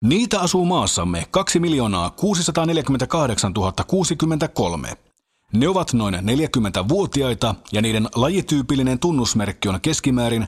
Niitä asuu maassamme 2 648 063. Ne ovat noin 40-vuotiaita ja niiden lajityypillinen tunnusmerkki on keskimäärin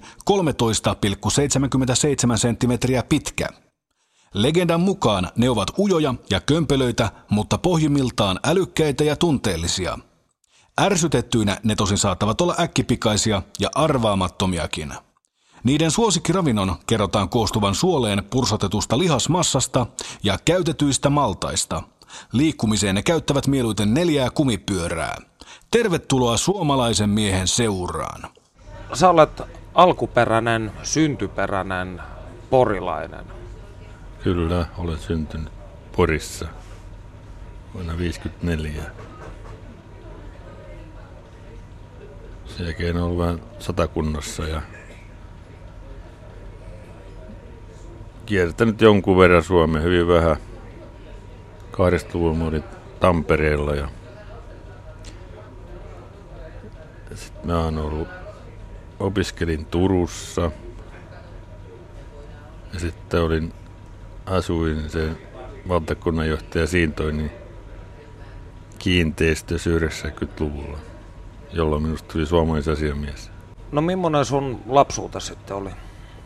13,77 senttimetriä pitkä. Legendan mukaan ne ovat ujoja ja kömpelöitä, mutta pohjimmiltaan älykkäitä ja tunteellisia. Ärsytettyinä ne tosin saattavat olla äkkipikaisia ja arvaamattomiakin. Niiden suosikkiravinnon kerrotaan koostuvan suoleen pursotetusta lihasmassasta ja käytetyistä maltaista. Liikkumiseen ne käyttävät mieluiten 4 kumipyörää. Tervetuloa suomalaisen miehen seuraan. Sä olet alkuperäinen, syntyperäinen porilainen. Kyllä, olen syntynyt Porissa vuonna 1954. Sen jälkeen olen ollut vähän Satakunnassa ja kiertänyt jonkun verran Suomea, hyvin vähän. 80-luvulla olin Tampereella ja sitten mä opiskelin Turussa ja sitten asuin sen valtakunnanjohtaja Siintoinin kiinteistössä 90-luvulla, jolloin minusta tuli suomalaisasiamies. No millainen sun lapsuutta sitten oli?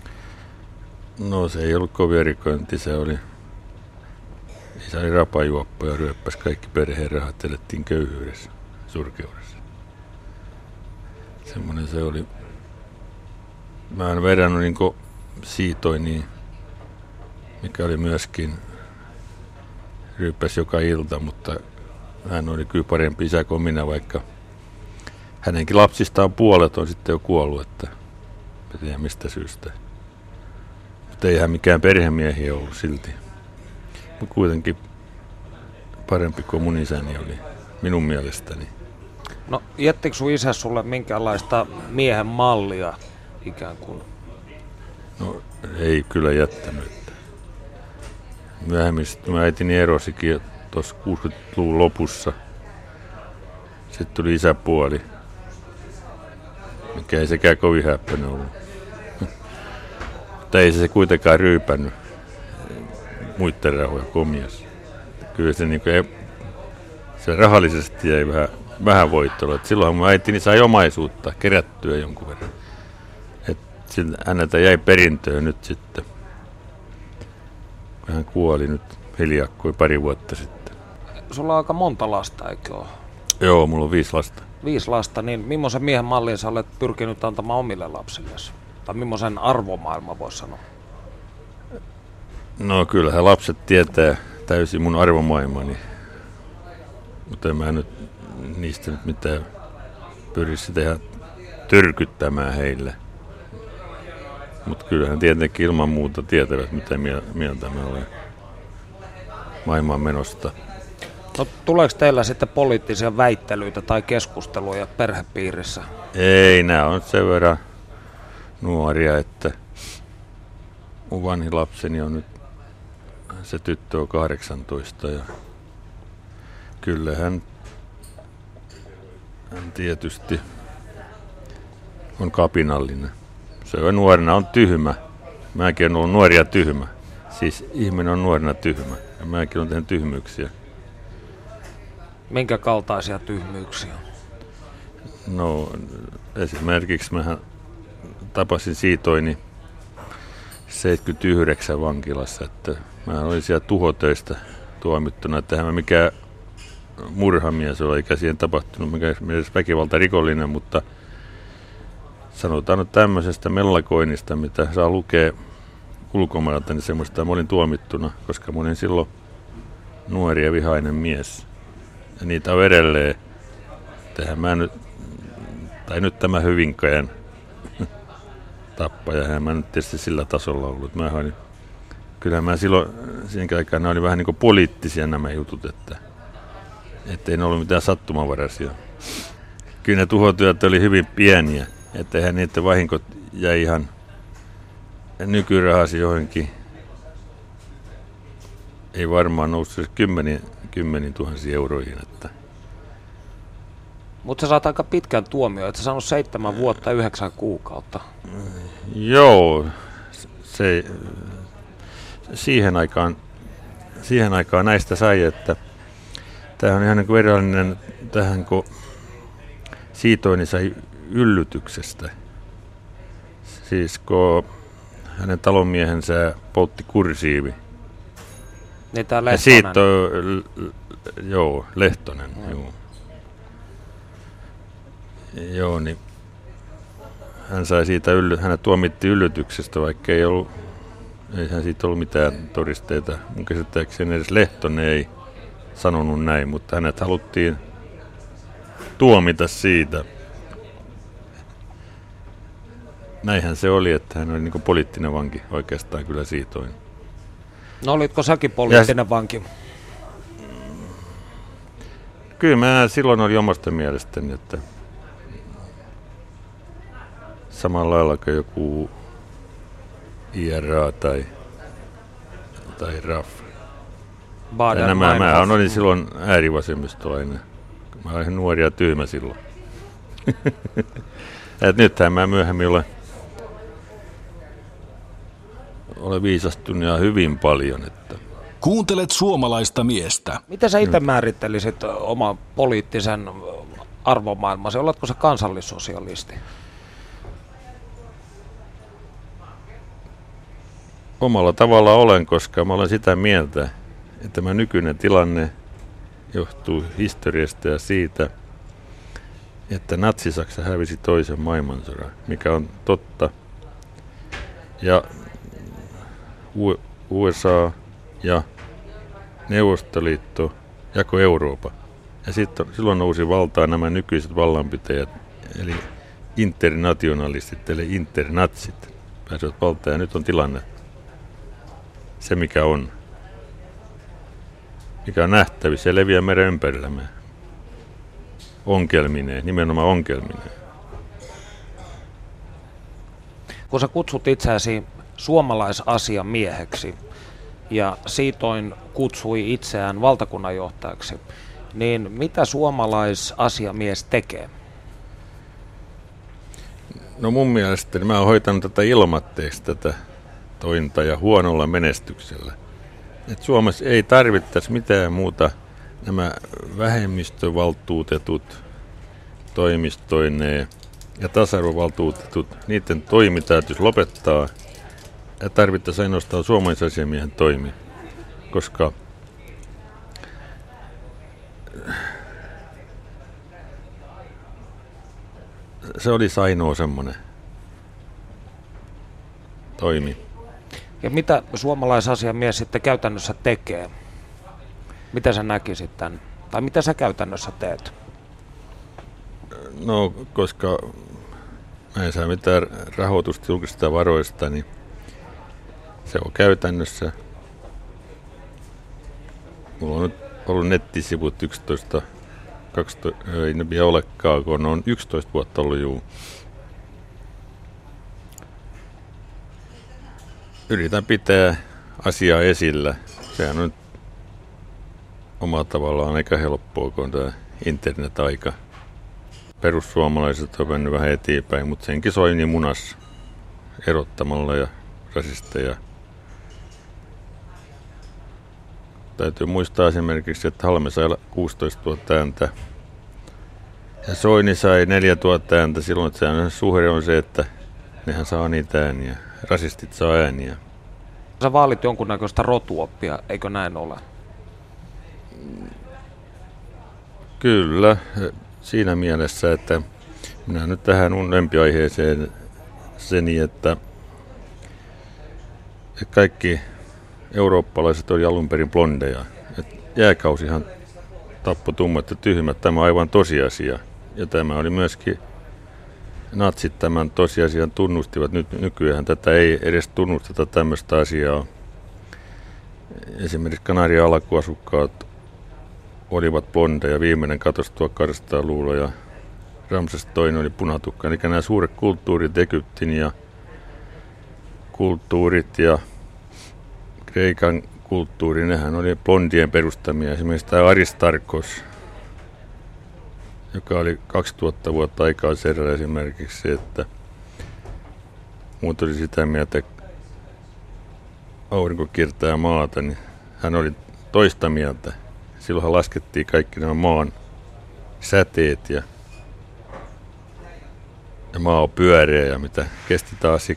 No se ei ollut kovin erikoinen, isä oli rapajuoppo ja ryöppäsi kaikki perheen rahat, elettiin köyhyydessä, surkeudessa. Semmoinen se oli. Mä en verrannut niin Siitoiniin, mikä oli myöskin ryyppäsi joka ilta, mutta hän oli kyllä parempi isä kuin minä, vaikka hänenkin lapsistaan puolet on sitten jo kuollut, että en tiedä mistä syystä. Mutta ei hän mikään perhemiehiä ollut silti. Mutta kuitenkin parempi kuin mun isäni oli, minun mielestäni. No jättikö sun isä sulle minkäänlaista miehen mallia ikään kuin? No ei kyllä jättänyt. Myöhemmin sitten äitini erosikin tuossa 60-luvun lopussa. Sitten tuli isäpuoli, mikä ei sekään kovin häppöinen ollut. Mutta ei se kuitenkaan ryypännyt muiden rahoja komias. Kyllä se, se rahallisesti jäi vähän voittoa. Silloin mun äitini sai omaisuutta kerättyä jonkun verran. Häneltä jäi perintöön nyt sitten. Hän kuoli nyt hiljakkoin pari vuotta sitten. Sulla on aika monta lasta, eikö ole? Joo, mulla on 5 lasta. 5 lasta, niin millaisen miehen mallin sä olet pyrkinyt antamaan omille lapsillesi? Tai millaisen arvomaailman voisi sanoa? No kyllähän lapset tietää täysin mun arvomaailmani, mutta en mä nyt niistä nyt mitään pyrisi tehdä tyrkyttämään heille. Mutta kyllähän tietenkin ilman muuta tietävät, mitä mieltä mä olen maailman menosta. No, tuleeko teillä sitten poliittisia väittelyitä tai keskusteluja perhepiirissä? Ei, nämä on sen verran nuoria, että mun vanhin lapseni on nyt, se tyttö on 18 ja kyllä hän tietysti on kapinallinen. Se on nuorena on tyhmä. Mäkin olen ollut nuoria tyhmä. Siis ihminen on nuorena tyhmä ja mäkin olen tehnyt tyhmyyksiä. Minkä kaltaisia tyhmyyksiä? No esimerkiksi mä tapasin Siitoini 79 vankilassa, että mä olin siellä tuhotöistä tuomittuna, että eihän mä mikään murhamies ole, eikä siihen tapahtunut mikään väkivaltarikollinen, mutta sanotaan nyt tämmöisestä mellakoinnista, mitä saa lukea ulkomailta, niin semmoista mä olin tuomittuna, koska mä olin silloin nuori ja vihainen mies. Ja niitä on edelleen. Nyt tämä Hyvinkään tappaja, eihän mä nyt tietysti sillä tasolla ollut. Kyllähän mä silloin, siihen aikaan ne oli vähän niin kuin poliittisia nämä jutut, että ei ne ollut mitään sattumanvaraisia. Kyllä ne tuhotyöt oli hyvin pieniä, että eihän niiden vahinkot jäi ihan nykyrahasi johonkin. Ei varmaan noussut 10 000 euroihin. Että. Mutta sä saat aika pitkän tuomio, että sä saanut 7 vuotta 9 kuukautta. Joo, siihen aikaan näistä sai, että tämä on ihan niin kuin erilainen tähän, kun Siitoini sai yllytyksestä. Siis kun hänen talonmiehensä poltti kursiivi. Niin tämä ja Lehtonen. Lehtonen. Joo. Joo, niin hän sai siitä hänet tuomittiin yllytyksestä, vaikka eihän siitä ollut mitään todisteita. Mun käsittääkseni edes Lehtonen ei sanonut näin, mutta hänet haluttiin tuomita siitä. Näinhän se oli, että hän oli niin kuin poliittinen vanki oikeastaan kyllä Siitoin. No olitko säkin poliittinen vanki? Kyllä mä silloin oli omasta mielestäni, että samalla lailla kuin joku IRA tai RAF. Mä olin silloin äärivasemmistolainen. Mä olin nuori ja tyhmä silloin. Nythän mä myöhemmin olen viisastunut ja hyvin paljon. Että. Kuuntelet suomalaista miestä. Miten sä itse määrittelisit oman poliittisen arvomaailmasi? Oletko sä kansallissosialisti? Omalla tavalla olen, koska mä olen sitä mieltä, että tämä nykyinen tilanne johtuu historiasta ja siitä, että Natsi-Saksa hävisi toisen maailmansodan, mikä on totta. Ja USA ja Neuvostoliitto jako Euroopan. Ja silloin nousi valtaan nämä nykyiset vallanpitäjät, eli internationalistit, eli internatsit pääsivät valtaan. Ja nyt on tilanne se, mikä on nähtävissä. Se leviää meren ympärillämme. Onkelmineen, nimenomaan onkelmineen. Kun sä kutsut itseäsi suomalaisasiamieheksi ja Siitoin kutsui itseään valtakunnanjohtajaksi, niin mitä suomalaisasiamies tekee? No mun mielestäni mä oon hoitanut tätä ilmatteeksi tätä tointa ja huonolla menestyksellä. Et Suomessa ei tarvittaisi mitään muuta. Nämä vähemmistövaltuutetut toimistoineen ja tasa-arvovaltuutetut, niiden toimi täytyisi lopettaa ja tarvittaisiin ainoastaan suomalaisasiamiehen toimi, koska se olisi ainoa semmoinen toimi. Ja mitä suomalaisasiamies sitten käytännössä tekee? Mitä sä näkisit tämän? Tai mitä sä käytännössä teet? No, koska mä en saa mitään rahoitusta julkisista varoista, niin se on käytännössä. Mulla on nyt ollut nettisivut 11, 12, ei ne vielä olekaan, kun on 11 vuotta ollut juu. Yritän pitää asiaa esillä. Sehän on omalla tavallaan aika helppoa, kun on tämä internet-aika. Perussuomalaiset on mennyt vähän eteenpäin, mutta senkin Soini munassa erottamalla ja rasisteja. Täytyy muistaa esimerkiksi, että Halme sai 16 000 ääntä ja Soini sai 4 000 ääntä. Silloin suhde on se, että nehän saa niitä ääniä. Rasistit saa ääniä. Sä vaalit jonkunnäköistä rotuoppia, eikö näin ole? Kyllä, siinä mielessä, että minä nyt tähän mun lempiaiheeseen seni, että kaikki eurooppalaiset oli alun perin blondeja. Jääkausihan tappoi tummat ja tyhmät, tämä on aivan tosiasia. Ja tämä oli myöskin, natsit tämän tosiasian tunnustivat, nykyään tätä ei edes tunnusteta tämmöistä asiaa. Esimerkiksi Kanarian alkuasukkaat olivat blondeja, viimeinen katosi 1800-luvulla ja Ramses II oli punatukka. Eli nämä suuret kulttuurit, Egyptin ja kulttuurit ja Kreikan kulttuuri, nehän oli blondien perustamia. Esimerkiksi tämä Aristarkos, joka oli 2000 vuotta aikaa serrä esimerkiksi, että muut oli sitä mieltä, aurinko kiertää maata, niin hän oli toista mieltä. Silloinhan laskettiin kaikki nämä maan säteet ja maa on pyöreä ja mitä kesti taas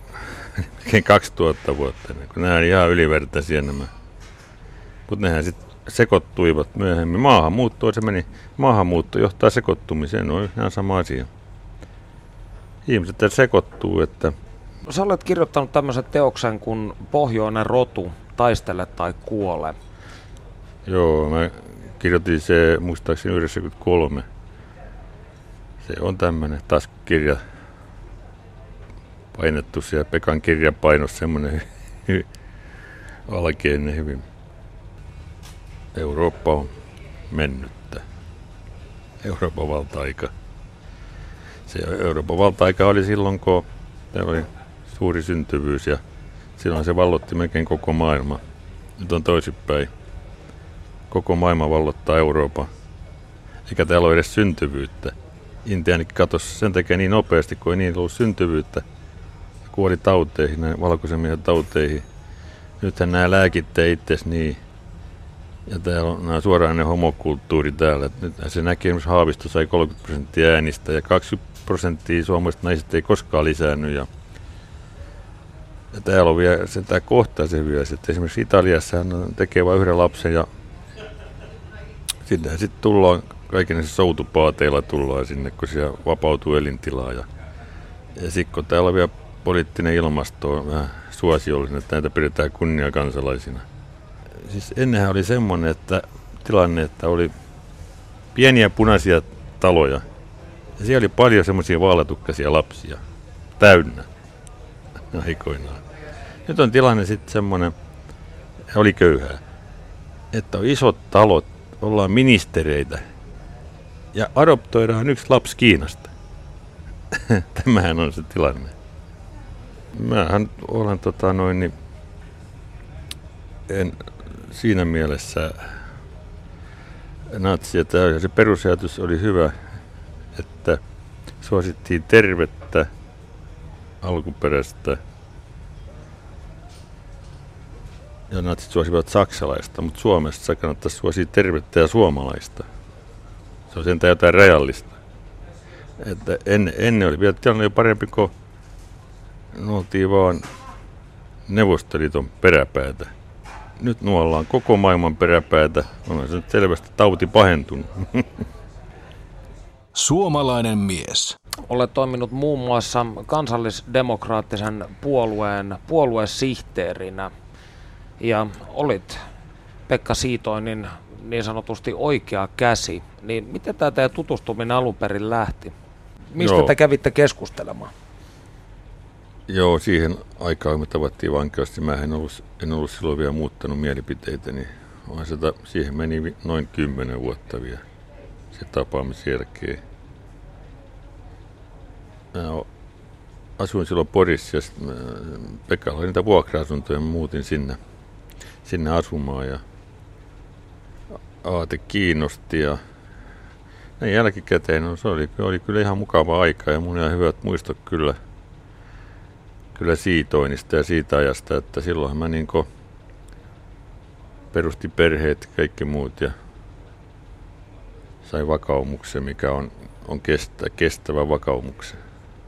2000 vuotta, kun nämä oli ihan ylivertaisia nämä. Mutta nehän sitten sekoittuivat myöhemmin. Maahanmuutto johtaa sekoittumiseen, on ihan sama asia. Ihmiset sekoittuu, että... Sä olet kirjoittanut tämmöisen teoksen kuin Pohjoinen rotu, taistele tai kuole. Joo, mä kirjoitin se muistaakseni 1993. Se on tämmöinen taas kirja painettu siellä Pekan kirjapainossa, semmoinen alkeinen hyvin. Eurooppa on mennyttä. Euroopan valta-aika. Se Euroopan valta-aika oli silloin, kun oli suuri syntyvyys ja silloin se vallotti melkein koko maailma. Nyt on toisinpäin. Koko maailma vallottaa Euroopan. Eikä täällä ole edes syntyvyyttä. Intia ainakin katosi sen takia niin nopeasti, kun ei niin ollut syntyvyyttä. Kuoli tauteihin, näin valkoisen miehen tauteihin. Nythän nämä lääkittää itsesi niin. Ja täällä on nämä suoranainen homokulttuuri täällä. Nyt se näkee, esimerkiksi Haavisto sai 30% äänistä ja 20% suomalaiset naiset ei koskaan lisäänny. Ja täällä on vielä tämä kohtaisen vyös, että esimerkiksi Italiassa hän tekee vain yhden lapsen ja sitten tullaan kaikenlaisilla soutupaateilla tullaan sinne, kun siellä vapautuu elintilaa. Ja sitten kun täällä on vielä poliittinen ilmasto on vähän suosiollinen, että näitä pidetään kunniakansalaisina. Siis ennenhän oli semmoinen tilanne, että oli pieniä punaisia taloja ja siellä oli paljon semmoisia vaaleatukkaisia lapsia täynnä aikoinaan. Nyt on tilanne sitten semmoinen, oli köyhää, että on isot talot, ollaan ministereitä ja adoptoidaan yksi lapsi Kiinasta. Tämähän on se tilanne. Mähän olen en siinä mielessä natsia. Se perusajatus oli hyvä, että suosittiin tervettä alkuperäistä ja natsit suosivat saksalaista, mutta Suomessa kannattaisi suosia tervettä ja suomalaista. Se on sentään jotain rajallista. Että ennen oli vielä tilanne jo parempi, kun oltiin vaan Neuvostoliiton peräpäätä. Nyt nuollaan koko maailman peräpäätä. On se nyt selvästi tauti pahentunut. Suomalainen mies. Olet toiminut muun muassa kansallisdemokraattisen puolueen puoluesihteerinä ja olit Pekka Siitoinin niin sanotusti oikea käsi. Niin miten tämä teidän tutustuminen alun perin lähti? Mistä te kävitte keskustelemaan? Joo, siihen aikaan me tavattiin vankeasti. Mä en ollut silloin vielä muuttanut mielipiteitä, niin siihen meni noin 10 vuotta vielä se tapaamisen jälkeen. Mä asuin silloin Porissa ja Pekalla oli niitä vuokra-asuntoja ja muutin sinne asumaan ja aate kiinnosti ja näin jälkikäteen se oli kyllä ihan mukava aika ja mun ihan hyvät muistot kyllä Siitoinista ja siitä ajasta, että silloinhan mä perustin perheet ja kaikki muut ja sain vakaumuksen, mikä on kestävä vakaumuksen.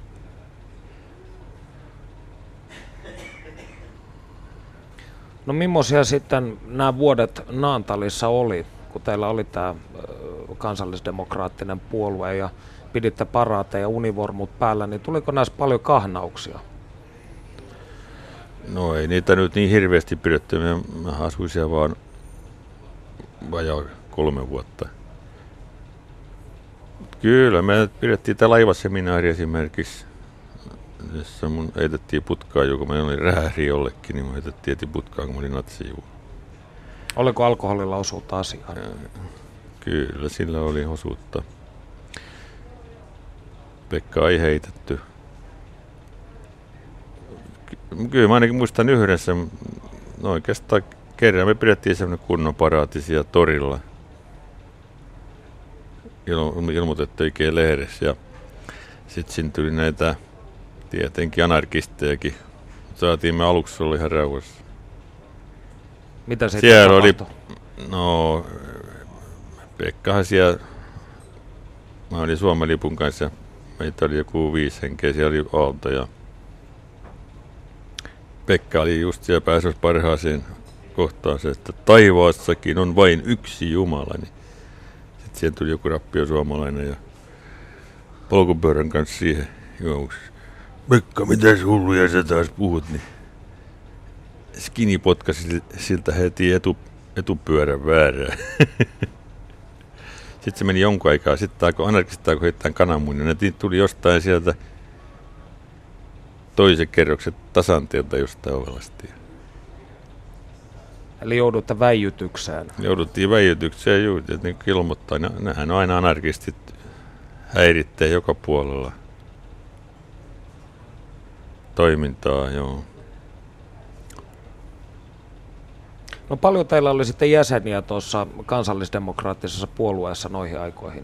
No millaisia sitten nämä vuodet Naantalissa oli, kun teillä oli tämä kansallisdemokraattinen puolue ja piditte paraateja ja univormut päällä, niin tuliko näissä paljon kahnauksia? No ei niitä nyt niin hirveästi pidetty. Mä asuin siellä vaan vajaa 3 vuotta. Kyllä, me pidettiin tämä laivaseminaari esimerkiksi, jossa mun heitettiin putkaa, kun mä olin räähri jollekin, niin mun heitettiin putkaa, kun mä olin natsijuuri. Oliko alkoholilla osuutta asiaan? Kyllä, sillä oli osuutta. Pekka ei heitetty. Kyllä mä ainakin muistan yhdessä, no oikeastaan kerran me pidettiin semmoinen kunnon paraati siellä torilla. Ilmoitettu oikein lehdessä ja sitten siinä tuli näitä tietenkin anarkistejakin. Saatiin me aluksi olla ihan rauhassa. Mitä sitten tapahtui? No, Pekkahan siellä, mä olin Suomen lipun kanssa ja meitä oli joku 5 henkeä, siellä oli Aalto ja Pekka oli just siellä päässyt parhaaseen kohtaan se, että taivaassakin on vain yksi Jumala. Niin sitten siihen tuli joku rappiosuomalainen ja polkupyörän kanssa siihen juomuksi. Pekka, mitäs hulluja sä taas puhut? Niin Skini potkasi siltä heti etupyörän väärään. Sitten se meni jonkun aikaa. Sitten anarkistit alkoi heittää kananmunia. Ne tuli jostain sieltä toisen kerroksen tasanteelta jostain ovelasti. Eli joudutte väijytykseen. Jouduttiin väijytykseen juuri, että niin ilmoittaa. Nehän on aina anarkistit häirittää joka puolella toimintaa, joo. No paljon teillä oli sitten jäseniä tuossa kansallisdemokraattisessa puolueessa noihin aikoihin?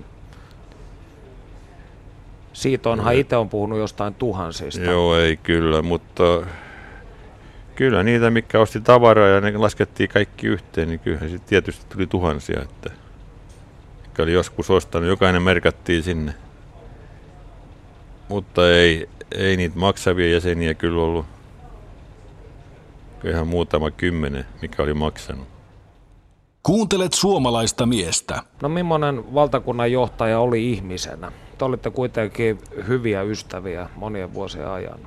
Siitä onhan itse on puhunut jostain tuhansista. Joo, ei kyllä, mutta kyllä niitä, mitkä osti tavaraa ja ne laskettiin kaikki yhteen, niin kyllähän sitten tietysti tuli tuhansia, että mikä oli joskus ostanut, jokainen merkattiin sinne. Mutta ei niitä maksavia jäseniä kyllä ollut. Ihan muutama 10, mikä oli maksanut. Kuuntelet suomalaista miestä. No millainen valtakunnan johtaja oli ihmisenä? Te olitte kuitenkin hyviä ystäviä monien vuosien ajan.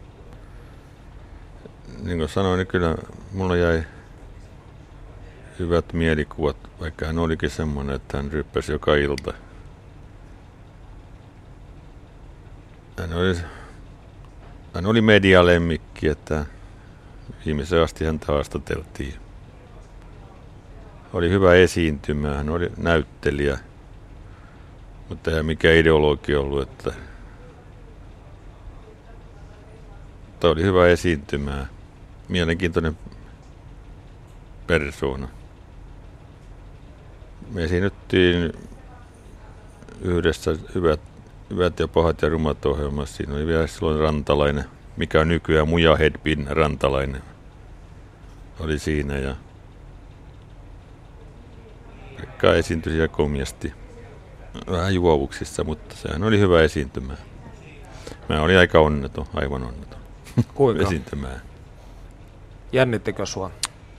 Niin kuin sanoin, niin kyllä mulla jäi hyvät mielikuvat, vaikka hän olikin semmoinen, että hän ryppäsi joka ilta. Hän oli medialemmikki, että viimeisen asti häntä haastateltiin. Oli hyvä esiintymä, hän oli näyttelijä, mutta eihän mikään ideologia ollut, että oli hyvä esiintymä, mielenkiintoinen persoona. Me esiinnyttiin yhdessä hyvät ja pahat ja rumat ohjelmassa. Siinä oli vielä silloin Rantalainen, mikä on nykyään Mujahedin Rantalainen. Oli siinä ja Pekka esiintyi siellä komiasti. Vähän juovuksissa, mutta sehän oli hyvä esiintymä. Mä olin aika onneton, aivan onneton. Kuinka? Esiintymään. Jännittikö sua?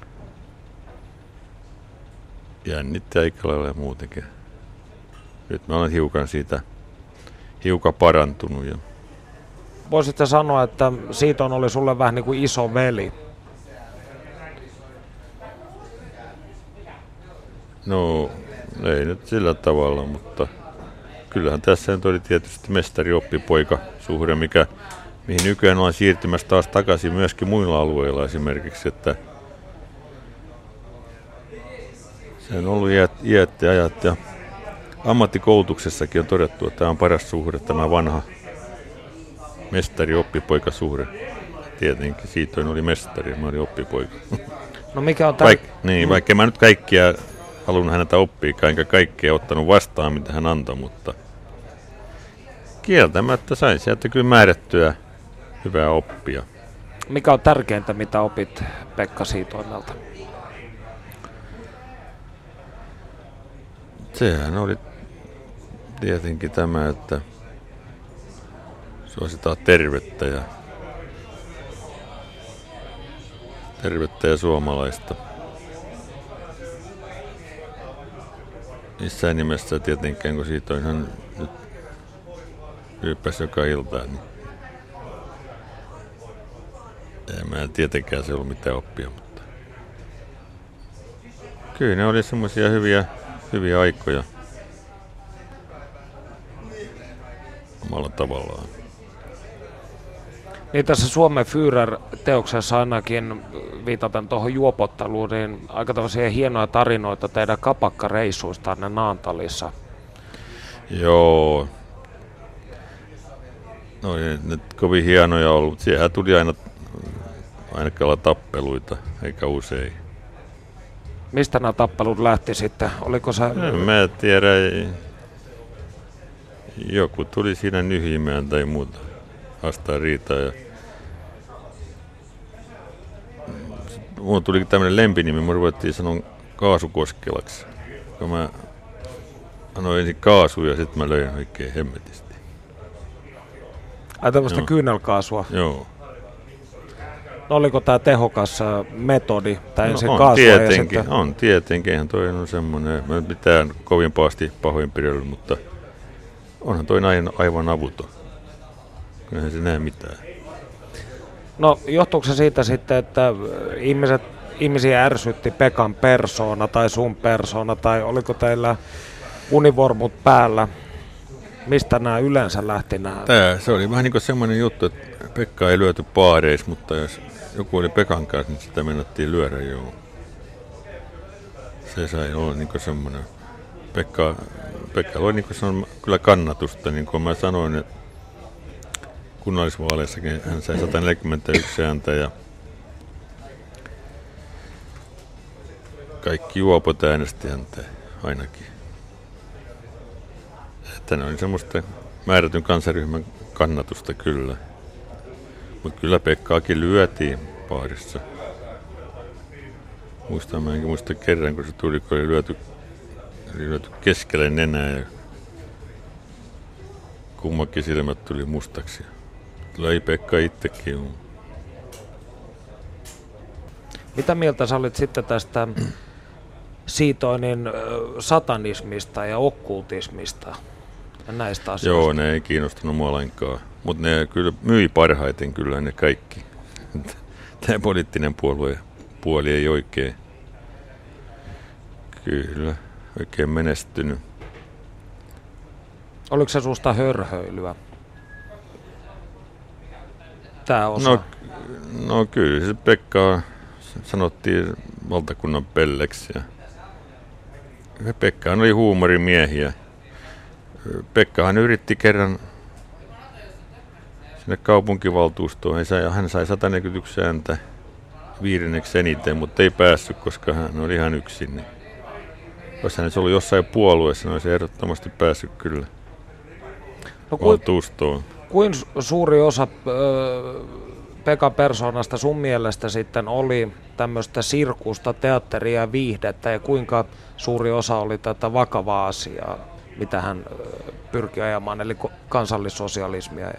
Jännitti aika lailla muutenkin. Nyt mä olen hiukan parantunut. Ja Voisitte sanoa, että siitä oli sulle vähän niin kuin iso veli. no, ei nyt sillä tavalla, mutta kyllähän tässä nyt oli tietysti mestari-oppipoika-suhde, mihin nykyään ollaan siirtymässä taas takaisin myöskin muilla alueilla esimerkiksi, että se on ollut iät ja ajat ja ammattikoulutuksessakin on todettu, että tämä on paras suhde, tämä vanha mestari-oppipoika-suhde. Tietenkin siitä oli mestari, mä olin oppipoika. No mikä on vaikka mä nyt kaikkia halunnut häneltä oppia, enkä kaikkea ottanut vastaan, mitä hän antoi, mutta kieltämättä sain sieltä kyllä määrättyä hyvää oppia. Mikä on tärkeintä, mitä opit Pekka Siitoimelta? Sehän oli tietenkin tämä, että suositaan tervettä ja suomalaista. Missään nimessä tietenkään, kun siitä on ihan nyt ryyppäsi joka ilta, niin mä en tietenkään se ollut mitään oppia, mutta kyllä ne oli semmoisia hyviä aikoja omalla tavallaan. Niin tässä Suomen Führer-teoksessa ainakin viitaten tuohon juopotteluun, niin aika tällaisia hienoja tarinoita teidän kapakkareissuistanne Naantalissa. Joo. No ei nyt kovin hienoja ollut, mutta siellä tuli ainakaan tappeluita, eikä usein. Mistä nämä tappelut lähti sitten? Oliko se... En mä tiedä. Joku tuli siinä nyhimään tai muuta. Hastaa riitaa. Ja mulla tuli tämmöinen lempinimi, me ruvettiin sanoa Kaasukoskelaksi. Kun mä annoin ensin kaasuja ja sitten mä löin oikein hemmetisti. Ai tämmöistä kyynelkaasua? Joo. No, oliko tämä tehokas metodi? Tai ensin on kaasua tietenkin, ja sitten... on tietenkin. Eihän toi on semmoinen, mä mitään kovin pahasti pahoinpidellä, mutta onhan toi aivan avuton. Kyllähän se näe mitään. No, johtuuko se siitä sitten, että ihmisiä ärsytti Pekan persoona tai sun persoona, tai oliko teillä univormut päällä? Mistä nämä yleensä lähti nämä? Se oli vähän niin kuin semmoinen juttu, että Pekka ei lyöty paareissa, mutta jos joku oli Pekan kanssa, niin sitä mennättiin lyödä joo. Se sai olla niin kuin semmoinen. Pekka oli niin kuin kyllä kannatusta, niin kuin mä sanoin, että kunnallisvaaleissakin hän sai 141 ääntä ja kaikki juopot äänesti häntä ainakin. Että ne oli semmoista määrätyn kansanryhmän kannatusta kyllä. Mutta kyllä Pekkaakin lyötiin paarissa. Mä enkä muista kerran, kun se tuli, kun oli lyöty keskelle nenää ja kummakin silmät tuli mustaksi. Löi Pekka itsekin. Mitä mieltä sä olit sitten tästä Siitoinin satanismista ja okkultismista ja näistä asioista? Joo, ne ei kiinnostunut mua lainkaan, mutta ne kyllä myi parhaiten kyllä ne kaikki. Tämä poliittinen puoli ei oikein menestynyt. Oliko se susta hörhöilyä? Tää osa? No kyllä se Pekka sanottiin valtakunnan pelleksi. Ja Pekkahan oli huumorimiehiä. Pekkahan yritti kerran sinne kaupunkivaltuustoon. Hän sai 141 ääntä 5. eniten, mutta ei päässyt, koska hän oli ihan yksin. Niin jos hän olisi ollut jossain puolueessa, niin olisi ehdottomasti päässyt kyllä valtuustoon. Kuin suuri osa Pekan persoonasta sun mielestä sitten oli tämmöistä sirkusta, teatteria ja viihdettä, ja kuinka suuri osa oli tätä vakavaa asiaa, mitä hän pyrki ajamaan, eli kansallissosialismia?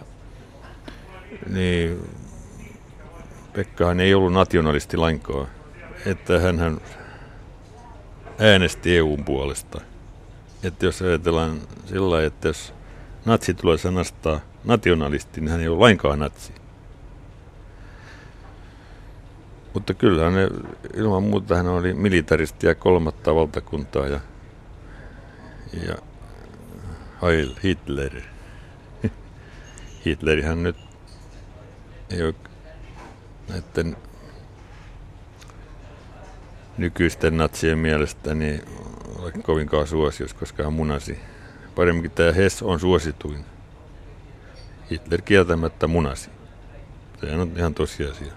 Niin, Pekkahan ei ollut nationalisti lainkaan, että hän äänesti EUn puolesta. Että jos ajatellaan sillä lailla, että jos natsi tulee sanasta nationalisti, niin hän ei ole lainkaan natsi. Mutta kyllähän ne, ilman muuta hän oli militaristi ja 3. valtakuntaa ja Heil Hitler. Hitlerihän nyt ei ole näiden nykyisten natsien mielestä niin ole kovinkaan suosiossa, koska hän munasi. Paremminkin tämä Hess on suosituin. Hitler kieltämättä munasi. Sehän on ihan tosiasia.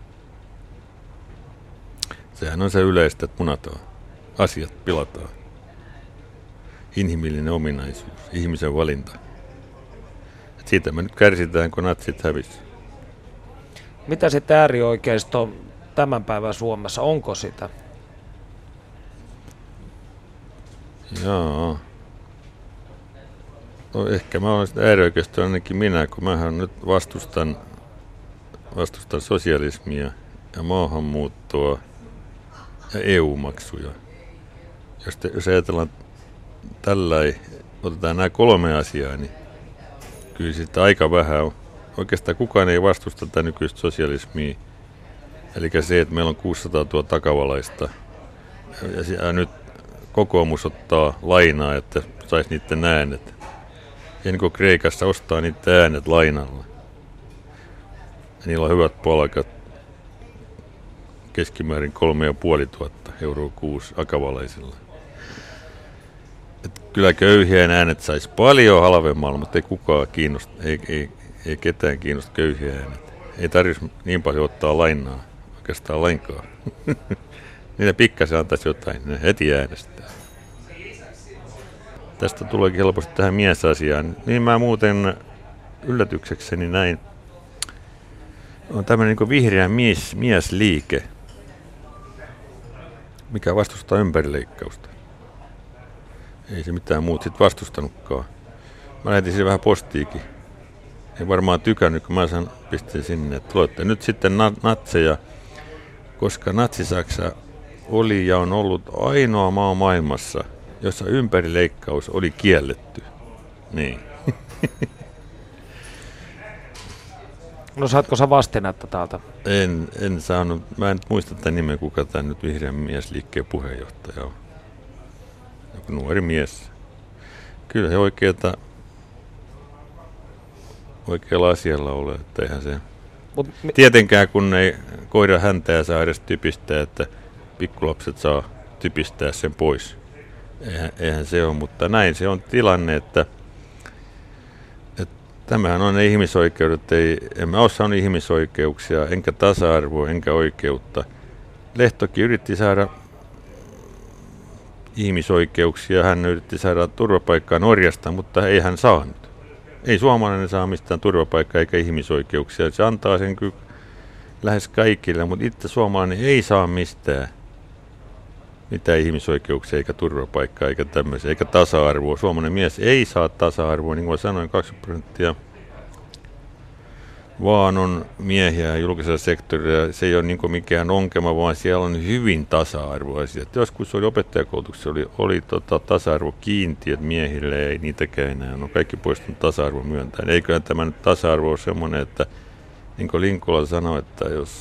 Sehän on se yleistä, että munataan. Asiat pilataan. Inhimillinen ominaisuus, ihmisen valinta. Et siitä me nyt kärsitään, kun natsit hävisi. Mitä sitten äärioikeisto tämän päivän Suomessa, onko sitä? Joo. No ehkä mä olen sitä äärioikeistoa ainakin minä, kun mähän nyt vastustan sosialismia ja maahanmuuttoa ja EU-maksuja. Jos ajatellaan otetaan nämä 3 asiaa, niin kyllä sitä aika vähän on. Oikeastaan kukaan ei vastusta tätä nykyistä sosialismia. Eli se, että meillä on 600 000 takavalaista ja nyt kokoomus ottaa lainaa, että saisi niiden äänet. Ja niin kuin Kreikassa ostaa niiden äänet lainalla. Ja niillä on hyvät palkat. Keskimäärin 3,500 euroa kuusi akavalaisilla. Et kyllä köyhien äänet saisi paljon halvemmalla, mutta ei kukaan kiinnosta, ei ketään kiinnosta köyhiä äänet. Ei tarvitsisi niin paljon ottaa lainaa, oikeastaan lainkaan. Niille pikkasen antaisi jotain, ne heti äänestää. Tästä tuleekin helposti tähän miesasiaan. Niin mä muuten yllätyksekseni näin. On tämmöinen niin vihreä miesliike. mikä vastustaa ympärileikkausta. Ei se mitään muut sitten vastustanutkaan. Mä lähetin sille vähän postiikin. Ei varmaan tykännyt, kun mä pistin sinne, että tulette nyt sitten natseja, koska Natsi-Saksa oli ja on ollut ainoa maa maailmassa, jossa ympärileikkaus oli kielletty. Niin. No saatko sä vastinetta täältä? En saanut. Mä en muista tämän nimen, kuka tämä nyt Vihreän miesliikkeen puheenjohtaja on. Joku nuori mies. Kyllä he oikealla asialla ole, että eihän se... Tietenkään kun ei koira häntää saa edes typistää, että pikkulapset saa typistää sen pois. Eihän se ole, mutta näin se on tilanne, että tämähän on ne ihmisoikeudet. En mä ole saanut ihmisoikeuksia, enkä tasa-arvoa, enkä oikeutta. Lehtokin yritti saada ihmisoikeuksia, hän yritti saada turvapaikkaa Norjasta, mutta ei hän saanut. Ei suomalainen saa mistään turvapaikkaa eikä ihmisoikeuksia. Se antaa sen kyllä lähes kaikille, mutta itse suomalainen ei saa mistään mitään ihmisoikeuksia eikä turvapaikkaa eikä tämmöisiä, eikä tasa-arvoa. Suomalainen mies ei saa tasa-arvoa, niin kuin sanoin, 20% vaan on miehiä julkisella sektorilla. Se ei ole niin kuin mikään onkema, vaan siellä on hyvin tasa-arvoisia. Joskus oli opettajakoulutuksessa, oli tasa-arvokiintiöt miehille, ei niitäkään enää. No kaikki poistunut tasa-arvo myöntää. Eiköhän tämä nyt tasa-arvo ole semmoinen, että niin kuin Linkola sanoi, että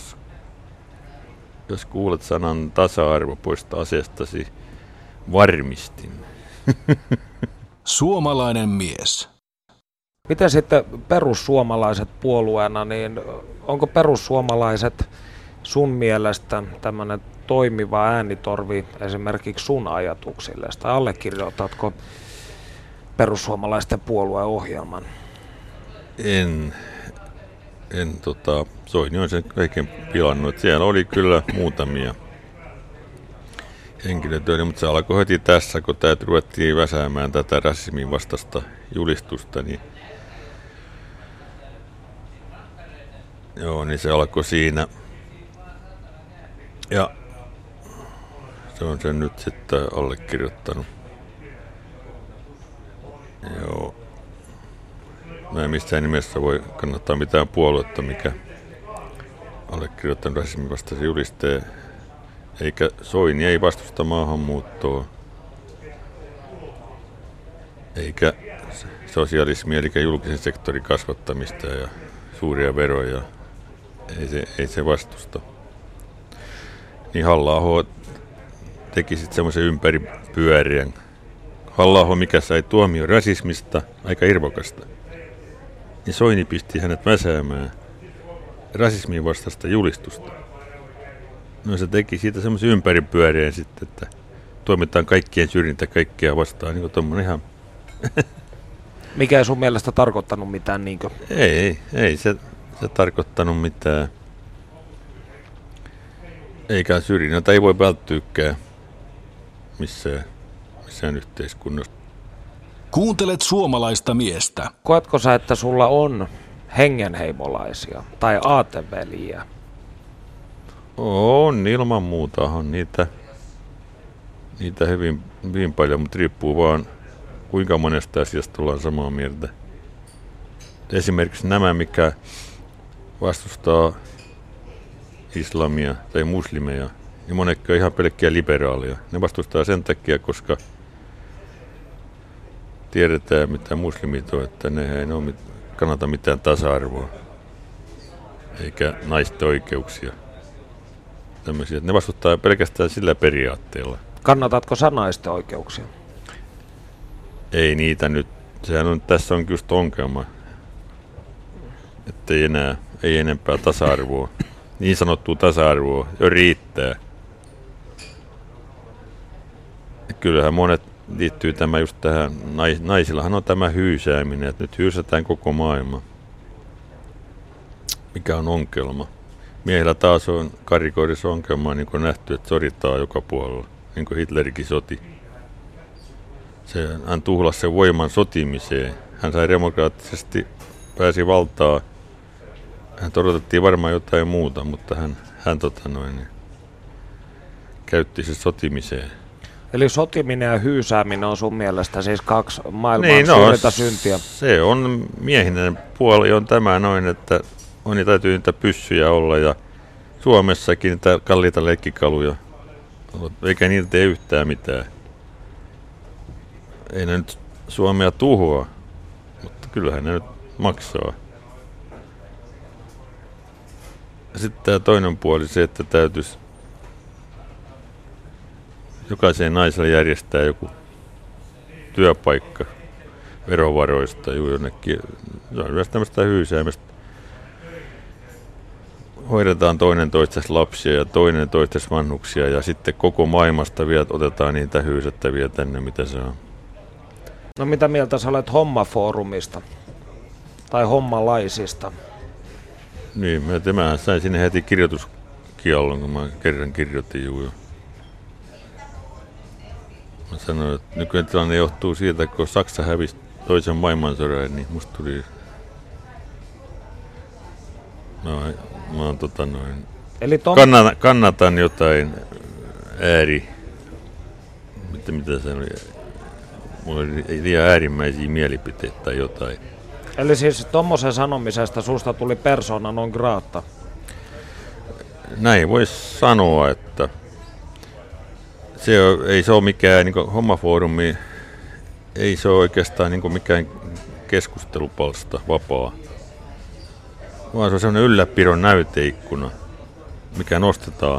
jos kuulet sanan tasa-arvo poista aseestasi, varmistin. Suomalainen mies. Miten sitten perussuomalaiset puolueena, niin onko perussuomalaiset sun mielestä tämmöinen toimiva äänitorvi esimerkiksi sun ajatuksille? Tai allekirjoitatko perussuomalaisten puolueohjelman? Soini on sen kaiken pilannut. Siellä oli kyllä muutamia henkilötyötä, mutta se alkoi heti tässä, kun tämä ruvettiin väsäämään tätä rasismin vastaista julistusta, niin niin se alkoi siinä. Ja se on sen nyt sitten allekirjoittanut. Joo. Mä en missään nimessä voi kannattaa mitään puoluetta, mikä allekirjoittanut rasismin vastaisen julisteen. Eikä Soini ei vastusta maahanmuuttoa. Eikä sosialismia, eli julkisen sektorin kasvattamista ja suuria veroja. Ei se vastusta. Niin Halla-aho teki sitten semmoisen ympäripyörien. Halla-aho, mikä sai tuomio rasismista, aika irvokasta. Niin Soini pisti hänet väsäämään rasismin vastaista julistusta. No se teki siitä semmoisen ympäripyörien sitten, että toimitaan kaikkien syrjintä kaikkea vastaan, niin kuin tommoinen ihan... Mikä ei sun mielestä tarkoittanut mitään, niinkö? Ei se tarkoittanut mitään. Eikä syrjinnältä ei voi välttyykään missään yhteiskunnassa. Kuuntelet suomalaista miestä. Koetko sä, että sulla on hengenheimolaisia tai aateveliä? On ilman muuta, on niitä hyvin paljon, mutta riippuu vaan kuinka monesta asiasta ollaan samaa mieltä. Esimerkiksi nämä, mikä vastustaa islamia tai muslimeja, niin monetkin on ihan pelkkiä liberaaleja. Ne vastustaa sen takia, koska tiedetään, mitä muslimit on, että ne ei ole kannata mitään tasa-arvoa eikä naisten oikeuksia. Tämmöisiä. Ne vastustaa pelkästään sillä periaatteella. Kannatatko sä naisten oikeuksia? Ei niitä nyt. Tässä on just ongelma, että ei enempää tasa-arvoa. Niin sanottua tasa-arvoa jo riittää. Ja kyllähän monet liittyy tämä just tähän, naisillahan on tämä hyysääminen, että nyt hyysätään koko maailma. Mikä on ongelma? Miehillä taas on karikoidessa ongelmaa, niin kuin nähty, että soditaan joka puolella, niin kuin Hitlerikin soti. Hän tuhlasi sen voiman sotimiseen. Hän sai demokraattisesti, pääsi valtaan. Hän odotettiin varmaan jotain muuta, mutta hän käytti se sotimiseen. Eli sotiminen ja hyysääminen on sun mielestä siis kaksi maailman suurinta syntiä. Se on miehinen puoli on tämä noin, että täytyy niitä pyssyjä olla ja Suomessakin niitä kalliita leikkikaluja, eikä niitä tee yhtään mitään. Ei ne nyt Suomea tuhoa, mutta kyllähän ne nyt maksaa. Ja sitten tämä toinen puoli se, että täytyisi jokaiseen naiselle järjestää joku työpaikka verovaroista jonnekin. Se on myös tämmöistä hyysäämistä. Hoidetaan toinen toistas lapsia ja toinen toistas vanhuksia ja sitten koko maailmasta vielä otetaan niitä hyysättäviä tänne, mitä se on. No mitä mieltä sä olet hommafoorumista tai hommalaisista? Niin, mä sain sinne heti kirjoituskiellon, kun mä kerran kirjoitin juuri. Mä sanoin, että nykyinen tilanne johtuu siitä, että kun Saksa hävisi toisen maailmansodan, niin musta tuli... Eli kannatan jotain mitä se oli? Mulla oli liian äärimmäisiä mielipiteitä tai jotain. Eli siis tommosen sanomisesta susta tuli persona non grata? Näin voisi sanoa, että ei se ole mikään niin hommafoorumi, ei se ole oikeastaan niin mikään keskustelupalsta vapaa, vaan se on sellainen ylläpidon näyteikkuna, mikä nostetaan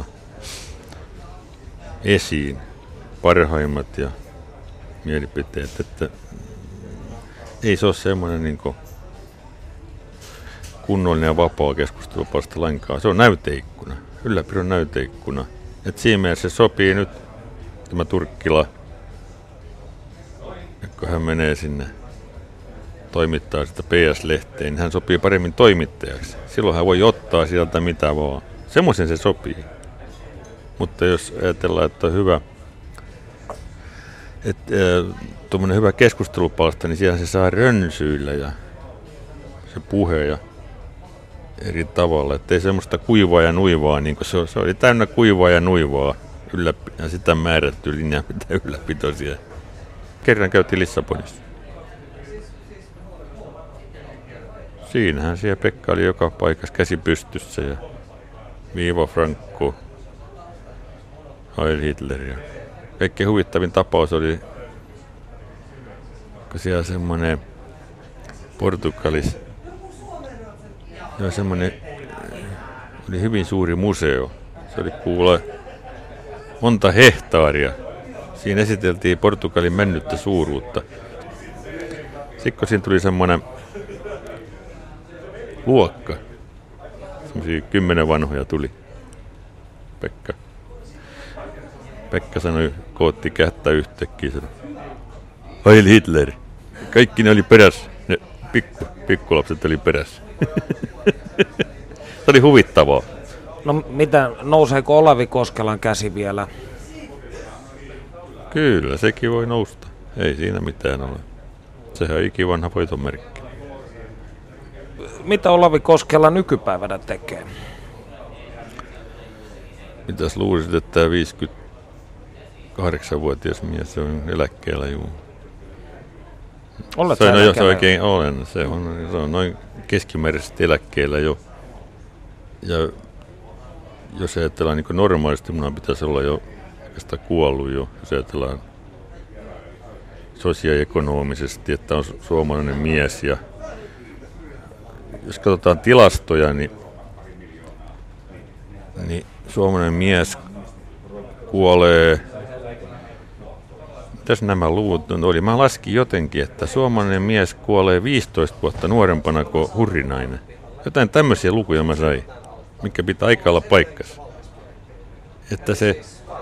esiin parhaimmat ja mielipiteet, että ei se ole semmoinen niin kunnollinen ja vapaa keskustelupalsta lainkaan. Se on näyteikkuna, ylläpidon näyteikkuna. Et siinä mielessä se sopii nyt tämä Turkkila, kun hän menee sinne toimittaa sitä PS-lehteen, niin hän sopii paremmin toimittajaksi. Silloin hän voi ottaa sieltä mitä vaan. Semmoisen se sopii. Mutta jos ajatellaan, että on hyvä, tuommoinen hyvä keskustelupalsta, niin siellä se saa rönsyillä ja se puhe ja eri tavalla. Että ei semmoista kuivaa ja nuivaa, niin se oli täynnä kuivaa ja nuivaa ja sitä määrätty linjaa, mitä ylläpitoisia. Kerran käytiin Lissabonissa. Siinähän siellä Pekka oli joka paikassa käsi pystyssä ja Viva Franco, Heil Hitler. Ja kaikkein huvittavin tapaus oli, kun siellä semmoinen Portugalissa oli hyvin suuri museo. Se oli kuule monta hehtaaria. Siinä esiteltiin Portugalin mennyttä suuruutta. Sitten kun siinä tuli semmoinen luokka, semmoisia 10 vanhoja tuli. Pekka sanoi, kootti kättä yhtäkkiä, sanoi, Heil Hitler. Kaikki ne oli perässä, ne pikkulapset oli perässä. Se oli huvittavaa. No mitä, nouseeko Olavi Koskelan käsi vielä? Kyllä, sekin voi nousta. Ei siinä mitään ole. Sehän on ikivanha voitonmerkki. Mitä Olavi Koskela nykypäivänä tekee? Mitäs luulisit, että tämä 58-vuotias mies on eläkkeellä juu? Olet sä eläkkeellä? Oikein olen. Se on noin keskimääräisesti eläkkeellä jo. Ja jos ajatellaan niin normaalisti, minun pitäisi olla jo oikeastaan kuollut jo, jos ajatellaan sosioekonomisesti, että on suomalainen mies. Ja jos katsotaan tilastoja, niin suomalainen mies kuolee, mitäs nämä luvut oli? Mä laskin jotenkin, että suomalainen mies kuolee 15 vuotta nuorempana kuin hurrinainen. Jotain tämmöisiä lukuja mä sain, mikä pitää aika olla paikkansa. Että se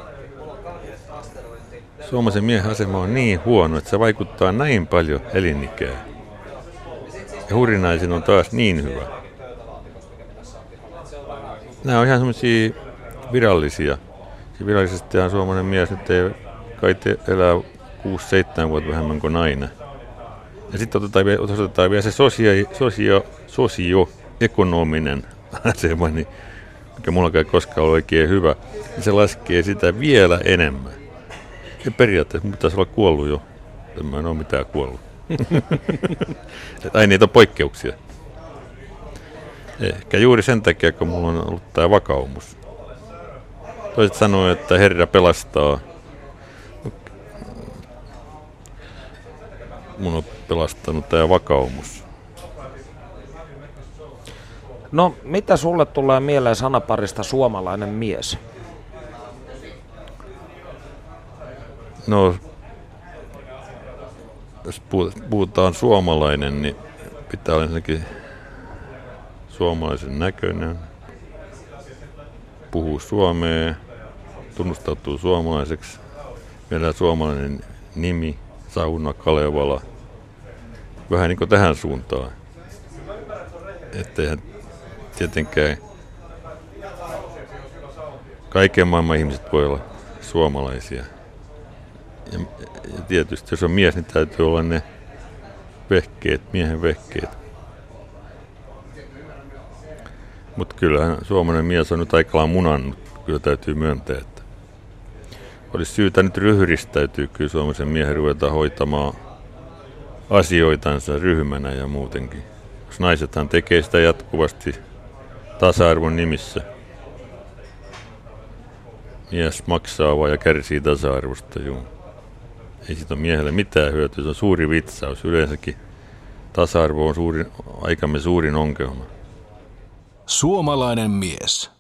suomalaisen miehen asema on niin huono, että se vaikuttaa näin paljon elinikää. Ja hurrinaisen on taas niin hyvä. Nämä on ihan semmoisia virallisia. Virallisesti suomalainen mies nyt ei kai elää 6-7 vuotta vähemmän kuin nainen. Ja sitten otetaan vielä se sosioekonominen asema, niin mikä mulla ei koskaan ole oikein hyvä, niin se laskee sitä vielä enemmän. Ja periaatteessa pitäisi olla kuollut jo. Mä en ole mitään kuollut. Ai niitä on poikkeuksia. Ehkä juuri sen takia, kun mulla on ollut tämä vakaumus. Toiset sanoo, että Herra pelastaa. Mun on pelastanut tämä vakaumus. No, mitä sulle tulee mieleen sanaparista suomalainen mies? No, jos puhutaan suomalainen, niin pitää olla ensinnäkin suomalaisen näköinen, puhuu suomea, tunnustautuu suomalaiseksi, meillä on suomalainen nimi, Sauna Kalevala, vähän niin kuin tähän suuntaan. Etteihän tietenkään kaiken maailman ihmiset voi olla suomalaisia. Ja tietysti jos on mies, niin täytyy olla ne vehkeet, miehen vehkeet. Mutta kyllähän suomalainen mies on nyt aika lailla munannut, kyllä täytyy myöntää, että olisi syytä nyt ryhdistäytyä kyllä suomalaisen miehen ruveta hoitamaan asioitansa ryhmänä ja muutenkin. Jos naisethan tekee sitä jatkuvasti tasa-arvon nimissä. Mies maksaa vaan ja kärsii tasa-arvosta, juu. Ei siitä ole miehelle mitään hyötyä, se on suuri vitsaus. Yleensäkin tasa-arvo on aikamme suurin ongelma. Suomalainen mies.